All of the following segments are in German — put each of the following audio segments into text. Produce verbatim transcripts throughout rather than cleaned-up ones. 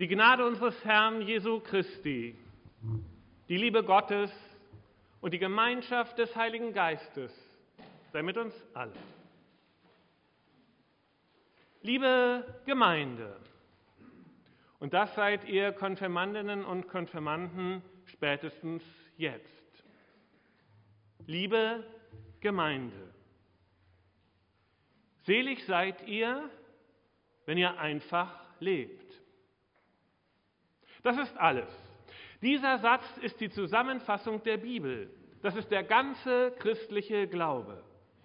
Die Gnade unseres Herrn Jesu Christi, die Liebe Gottes und die Gemeinschaft des Heiligen Geistes sei mit uns allen. Liebe Gemeinde, und das seid ihr Konfirmandinnen und Konfirmanden spätestens jetzt. Liebe Gemeinde, selig seid ihr, wenn ihr einfach lebt. Das ist alles. Dieser Satz ist die Zusammenfassung der Bibel. Das ist der ganze christliche Glaube.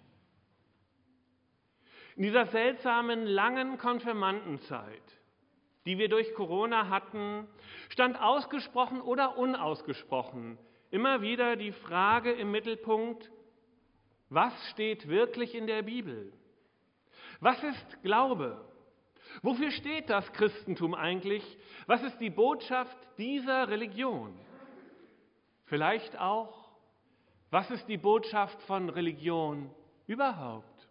In dieser seltsamen, langen Konfirmandenzeit, die wir durch Corona hatten, stand ausgesprochen oder unausgesprochen immer wieder die Frage im Mittelpunkt: Was steht wirklich in der Bibel? Was ist Glaube? Wofür steht das Christentum eigentlich? Was ist die Botschaft dieser Religion? Vielleicht auch, was ist die Botschaft von Religion überhaupt?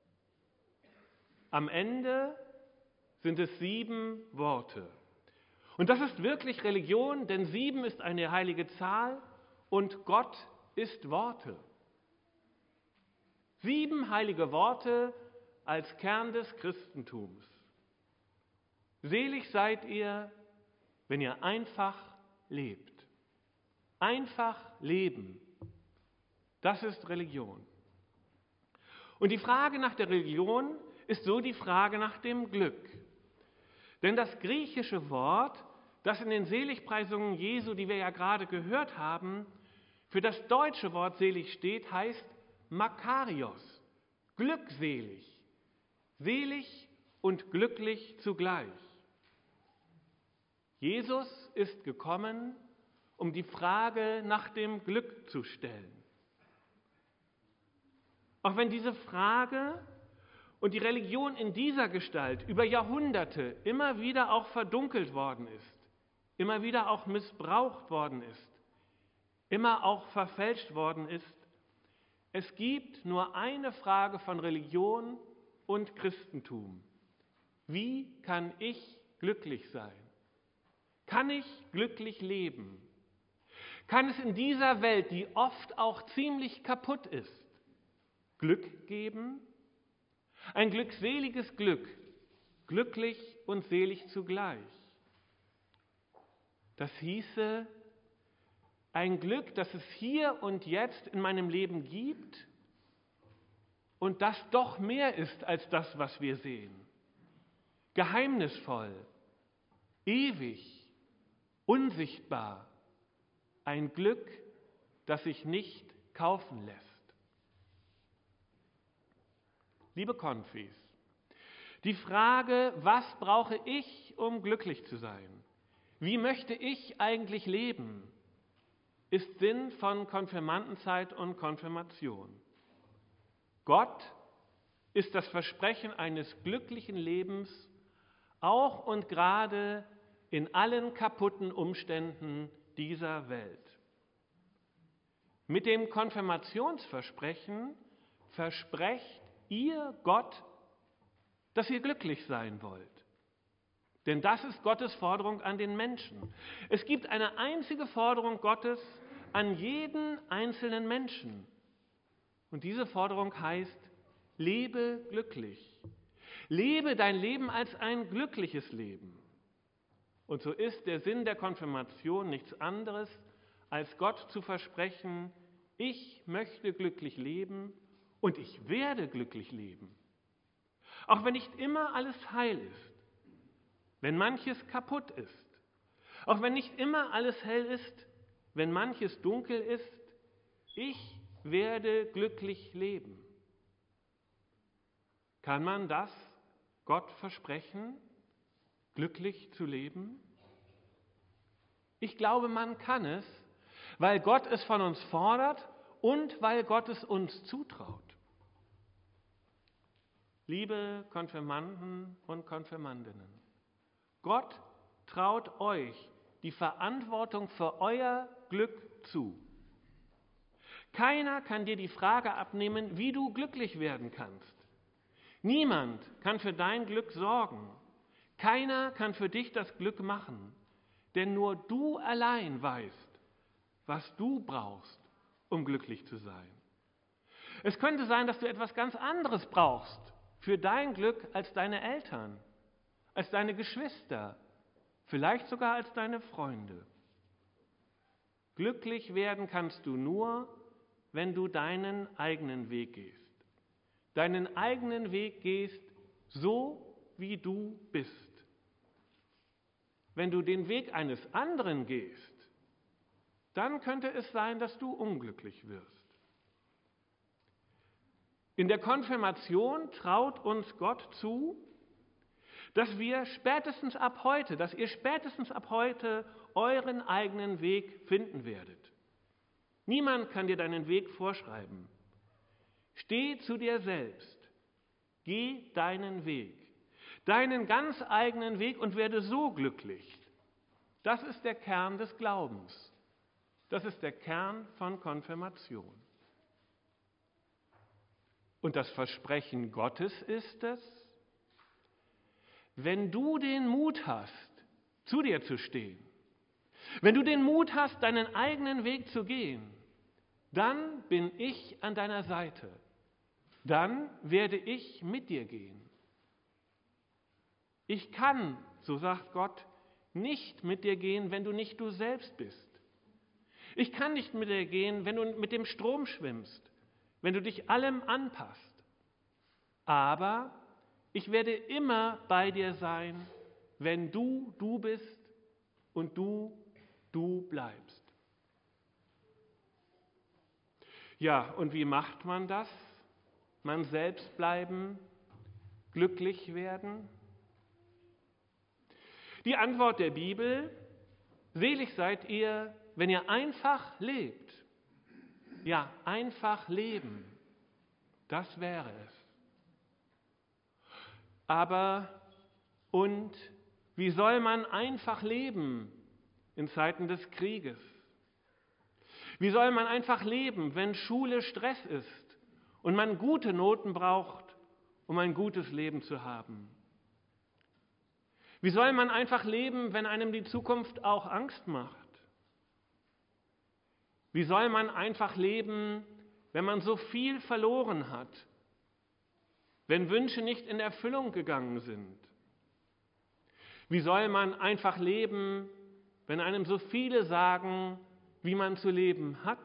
Am Ende sind es sieben Worte. Und das ist wirklich Religion, denn sieben ist eine heilige Zahl und Gott ist Worte. Sieben heilige Worte als Kern des Christentums. Selig seid ihr, wenn ihr einfach lebt. Einfach leben. Das ist Religion. Und die Frage nach der Religion ist so die Frage nach dem Glück. Denn das griechische Wort, das in den Seligpreisungen Jesu, die wir ja gerade gehört haben, für das deutsche Wort selig steht, heißt Makarios, glückselig, selig und glücklich zugleich. Jesus ist gekommen, um die Frage nach dem Glück zu stellen. Auch wenn diese Frage und die Religion in dieser Gestalt über Jahrhunderte immer wieder auch verdunkelt worden ist, immer wieder auch missbraucht worden ist, immer auch verfälscht worden ist, es gibt nur eine Frage von Religion und Christentum. Wie kann ich glücklich sein? Kann ich glücklich leben? Kann es in dieser Welt, die oft auch ziemlich kaputt ist, Glück geben? Ein glückseliges Glück, glücklich und selig zugleich. Das hieße, ein Glück, das es hier und jetzt in meinem Leben gibt und das doch mehr ist als das, was wir sehen. Geheimnisvoll, ewig, unsichtbar. Ein Glück, das sich nicht kaufen lässt. Liebe Konfis, die Frage, was brauche ich, um glücklich zu sein? Wie möchte ich eigentlich leben? Ist Sinn von Konfirmandenzeit und Konfirmation. Gott ist das Versprechen eines glücklichen Lebens, auch und gerade in allen kaputten Umständen dieser Welt. Mit dem Konfirmationsversprechen versprecht ihr Gott, dass ihr glücklich sein wollt. Denn das ist Gottes Forderung an den Menschen. Es gibt eine einzige Forderung Gottes an jeden einzelnen Menschen. Und diese Forderung heißt, lebe glücklich. Lebe dein Leben als ein glückliches Leben. Und so ist der Sinn der Konfirmation nichts anderes, als Gott zu versprechen, ich möchte glücklich leben und ich werde glücklich leben. Auch wenn nicht immer alles heil ist, wenn manches kaputt ist, auch wenn nicht immer alles hell ist, wenn manches dunkel ist, ich werde glücklich leben. Kann man das Gott versprechen, glücklich zu leben? Ich glaube, man kann es, weil Gott es von uns fordert und weil Gott es uns zutraut. Liebe Konfirmanden und Konfirmandinnen, Gott traut euch die Verantwortung für euer Glück zu. Keiner kann dir die Frage abnehmen, wie du glücklich werden kannst. Niemand kann für dein Glück sorgen. Keiner kann für dich das Glück machen, denn nur du allein weißt, was du brauchst, um glücklich zu sein. Es könnte sein, dass du etwas ganz anderes brauchst für dein Glück als deine Eltern, als deine Geschwister, vielleicht sogar als deine Freunde. Glücklich werden kannst du nur, wenn du deinen eigenen Weg gehst. Deinen eigenen Weg gehst, so wie du bist. Wenn du den Weg eines anderen gehst, dann könnte es sein, dass du unglücklich wirst. In der Konfirmation traut uns Gott zu, dass wir spätestens ab heute, dass ihr spätestens ab heute euren eigenen Weg finden werdet. Niemand kann dir deinen Weg vorschreiben. Steh zu dir selbst. Geh deinen Weg. Deinen ganz eigenen Weg und werde so glücklich. Das ist der Kern des Glaubens. Das ist der Kern von Konfirmation. Und das Versprechen Gottes ist es, wenn du den Mut hast, zu dir zu stehen, wenn du den Mut hast, deinen eigenen Weg zu gehen, dann bin ich an deiner Seite. Dann werde ich mit dir gehen. Ich kann, so sagt Gott, nicht mit dir gehen, wenn du nicht du selbst bist. Ich kann nicht mit dir gehen, wenn du mit dem Strom schwimmst, wenn du dich allem anpasst. Aber ich werde immer bei dir sein, wenn du du bist und du du bleibst. Ja, und wie macht man das? Man selbst bleiben, glücklich werden? Die Antwort der Bibel: Selig seid ihr, wenn ihr einfach lebt. Ja, einfach leben. Das wäre es. Aber und wie soll man einfach leben in Zeiten des Krieges? Wie soll man einfach leben, wenn Schule Stress ist und man gute Noten braucht, um ein gutes Leben zu haben? Wie soll man einfach leben, wenn einem die Zukunft auch Angst macht? Wie soll man einfach leben, wenn man so viel verloren hat, wenn Wünsche nicht in Erfüllung gegangen sind? Wie soll man einfach leben, wenn einem so viele sagen, wie man zu leben hat?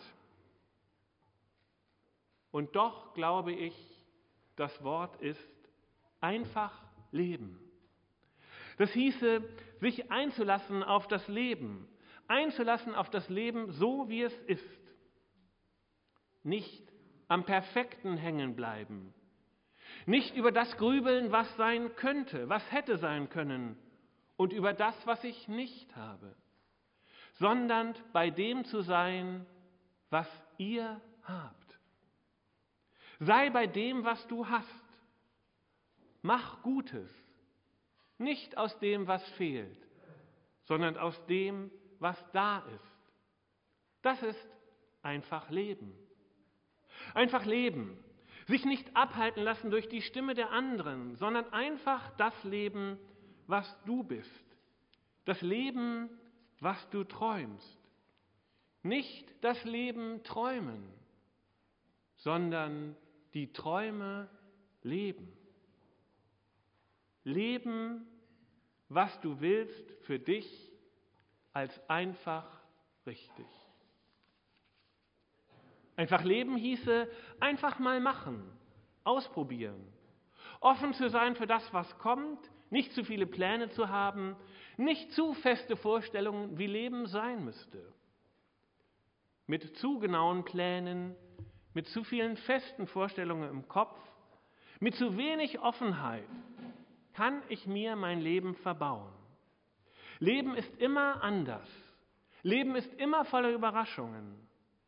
Und doch glaube ich, das Wort ist einfach leben. Das hieße, sich einzulassen auf das Leben, einzulassen auf das Leben so, wie es ist. Nicht am Perfekten hängen bleiben, nicht über das grübeln, was sein könnte, was hätte sein können und über das, was ich nicht habe, sondern bei dem zu sein, was ihr habt. Sei bei dem, was du hast. Mach Gutes, nicht aus dem, was fehlt, sondern aus dem, was da ist. Das ist einfach Leben. Einfach leben, sich nicht abhalten lassen durch die Stimme der anderen, sondern einfach das Leben, was du bist. Das Leben, was du träumst. Nicht das Leben träumen, sondern die Träume leben. Leben, was du willst für dich, als einfach richtig. Einfach leben hieße, einfach mal machen, ausprobieren, offen zu sein für das, was kommt, nicht zu viele Pläne zu haben, nicht zu feste Vorstellungen, wie Leben sein müsste. Mit zu genauen Plänen, mit zu vielen festen Vorstellungen im Kopf, mit zu wenig Offenheit kann ich mir mein Leben verbauen. Leben ist immer anders. Leben ist immer voller Überraschungen.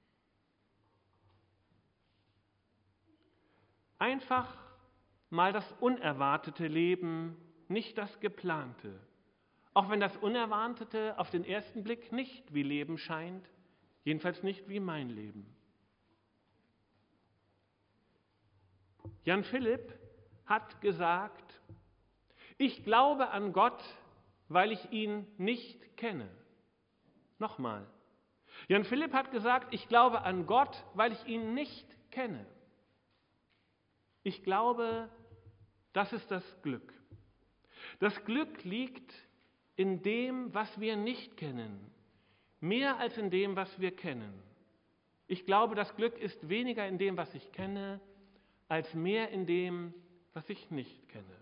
Einfach mal das unerwartete Leben, nicht das geplante. Auch wenn das Unerwartete auf den ersten Blick nicht wie Leben scheint, jedenfalls nicht wie mein Leben. Jan Philipp hat gesagt, Ich glaube an Gott, weil ich ihn nicht kenne. Nochmal. Jan Philipp hat gesagt, ich glaube an Gott, weil ich ihn nicht kenne. Ich glaube, das ist das Glück. Das Glück liegt in dem, was wir nicht kennen, mehr als in dem, was wir kennen. Ich glaube, das Glück ist weniger in dem, was ich kenne, als mehr in dem, was ich nicht kenne.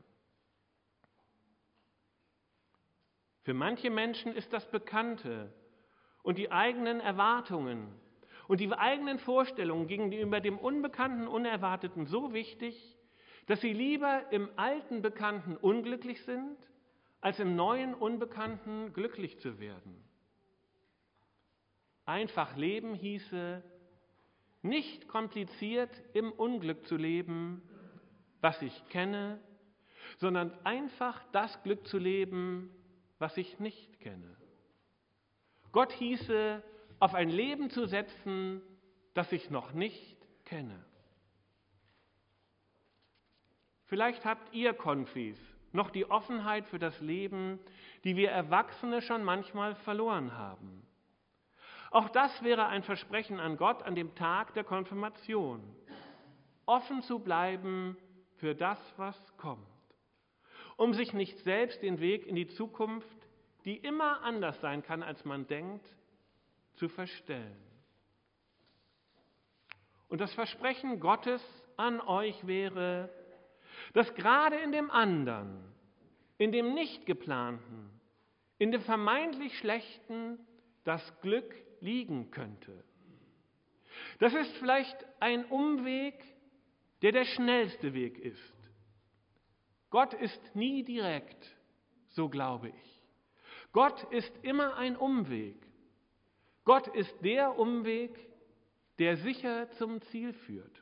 Für manche Menschen ist das Bekannte und die eigenen Erwartungen und die eigenen Vorstellungen gegenüber dem Unbekannten, Unerwarteten so wichtig, dass sie lieber im alten Bekannten unglücklich sind, als im neuen Unbekannten glücklich zu werden. Einfach leben hieße, nicht kompliziert im Unglück zu leben, was ich kenne, sondern einfach das Glück zu leben, was ich nicht kenne. Gott hieße, auf ein Leben zu setzen, das ich noch nicht kenne. Vielleicht habt ihr Konfis noch die Offenheit für das Leben, die wir Erwachsene schon manchmal verloren haben. Auch das wäre ein Versprechen an Gott an dem Tag der Konfirmation, offen zu bleiben für das, was kommt, um sich nicht selbst den Weg in die Zukunft, die immer anders sein kann, als man denkt, zu verstellen. Und das Versprechen Gottes an euch wäre, dass gerade in dem anderen, in dem nicht geplanten, in dem vermeintlich Schlechten das Glück liegen könnte. Das ist vielleicht ein Umweg, der der schnellste Weg ist. Gott ist nie direkt, so glaube ich. Gott ist immer ein Umweg. Gott ist der Umweg, der sicher zum Ziel führt.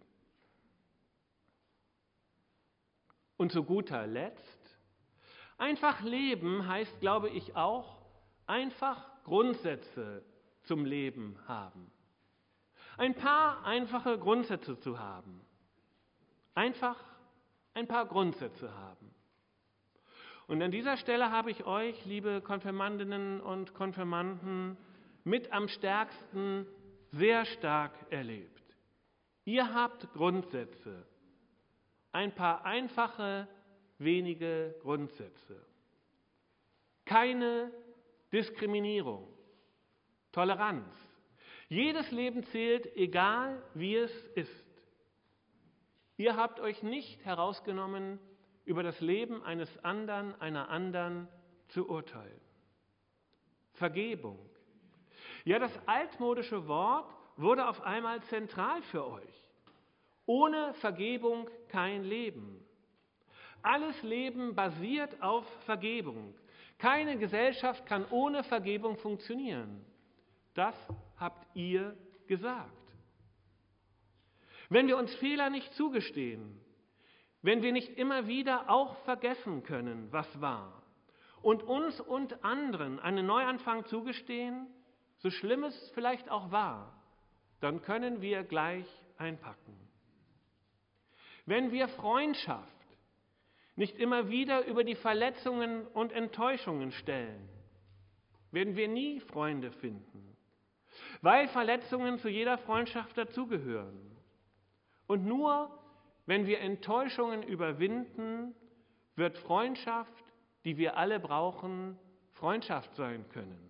Und zu guter Letzt, einfach leben heißt, glaube ich, auch, einfach Grundsätze zum Leben haben. Ein paar einfache Grundsätze zu haben. Einfach ein paar Grundsätze haben. Und an dieser Stelle habe ich euch, liebe Konfirmandinnen und Konfirmanden, mit am stärksten sehr stark erlebt. Ihr habt Grundsätze. Ein paar einfache, wenige Grundsätze. Keine Diskriminierung. Toleranz. Jedes Leben zählt, egal wie es ist. Ihr habt euch nicht herausgenommen, über das Leben eines anderen, einer anderen zu urteilen. Vergebung. Ja, das altmodische Wort wurde auf einmal zentral für euch. Ohne Vergebung kein Leben. Alles Leben basiert auf Vergebung. Keine Gesellschaft kann ohne Vergebung funktionieren. Das habt ihr gesagt. Wenn wir uns Fehler nicht zugestehen, wenn wir nicht immer wieder auch vergessen können, was war, und uns und anderen einen Neuanfang zugestehen, so schlimm es vielleicht auch war, dann können wir gleich einpacken. Wenn wir Freundschaft nicht immer wieder über die Verletzungen und Enttäuschungen stellen, werden wir nie Freunde finden, weil Verletzungen zu jeder Freundschaft dazugehören. Und nur wenn wir Enttäuschungen überwinden, wird Freundschaft, die wir alle brauchen, Freundschaft sein können.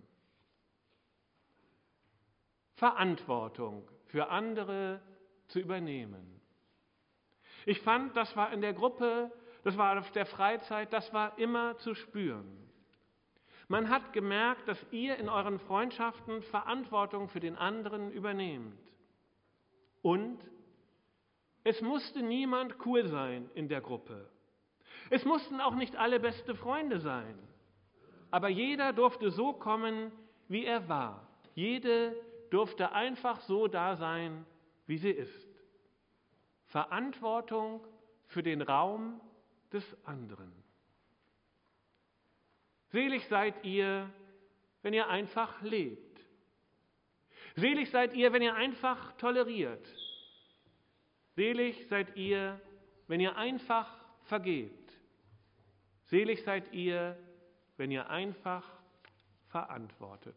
Verantwortung für andere zu übernehmen. Ich fand, das war in der Gruppe, das war auf der Freizeit, das war immer zu spüren. Man hat gemerkt, dass ihr in euren Freundschaften Verantwortung für den anderen übernehmt. Und es musste niemand cool sein in der Gruppe. Es mussten auch nicht alle beste Freunde sein. Aber jeder durfte so kommen, wie er war. Jede durfte einfach so da sein, wie sie ist. Verantwortung für den Raum des anderen. Selig seid ihr, wenn ihr einfach lebt. Selig seid ihr, wenn ihr einfach toleriert. Selig seid ihr, wenn ihr einfach vergebt. Selig seid ihr, wenn ihr einfach verantwortet.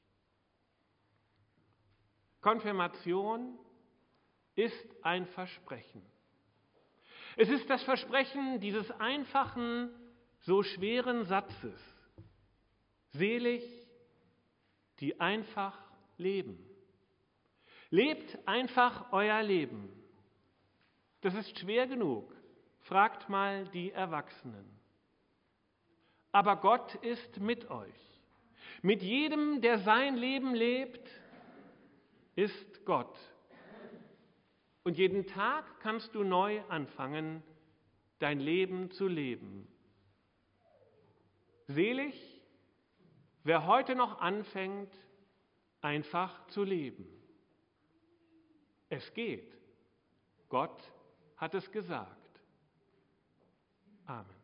Konfirmation ist ein Versprechen. Es ist das Versprechen dieses einfachen, so schweren Satzes. Selig, die einfach leben. Lebt einfach euer Leben. Das ist schwer genug. Fragt mal die Erwachsenen. Aber Gott ist mit euch. Mit jedem, der sein Leben lebt, ist Gott. Und jeden Tag kannst du neu anfangen, dein Leben zu leben. Selig, wer heute noch anfängt, einfach zu leben. Es geht. Gott hat es gesagt. Amen.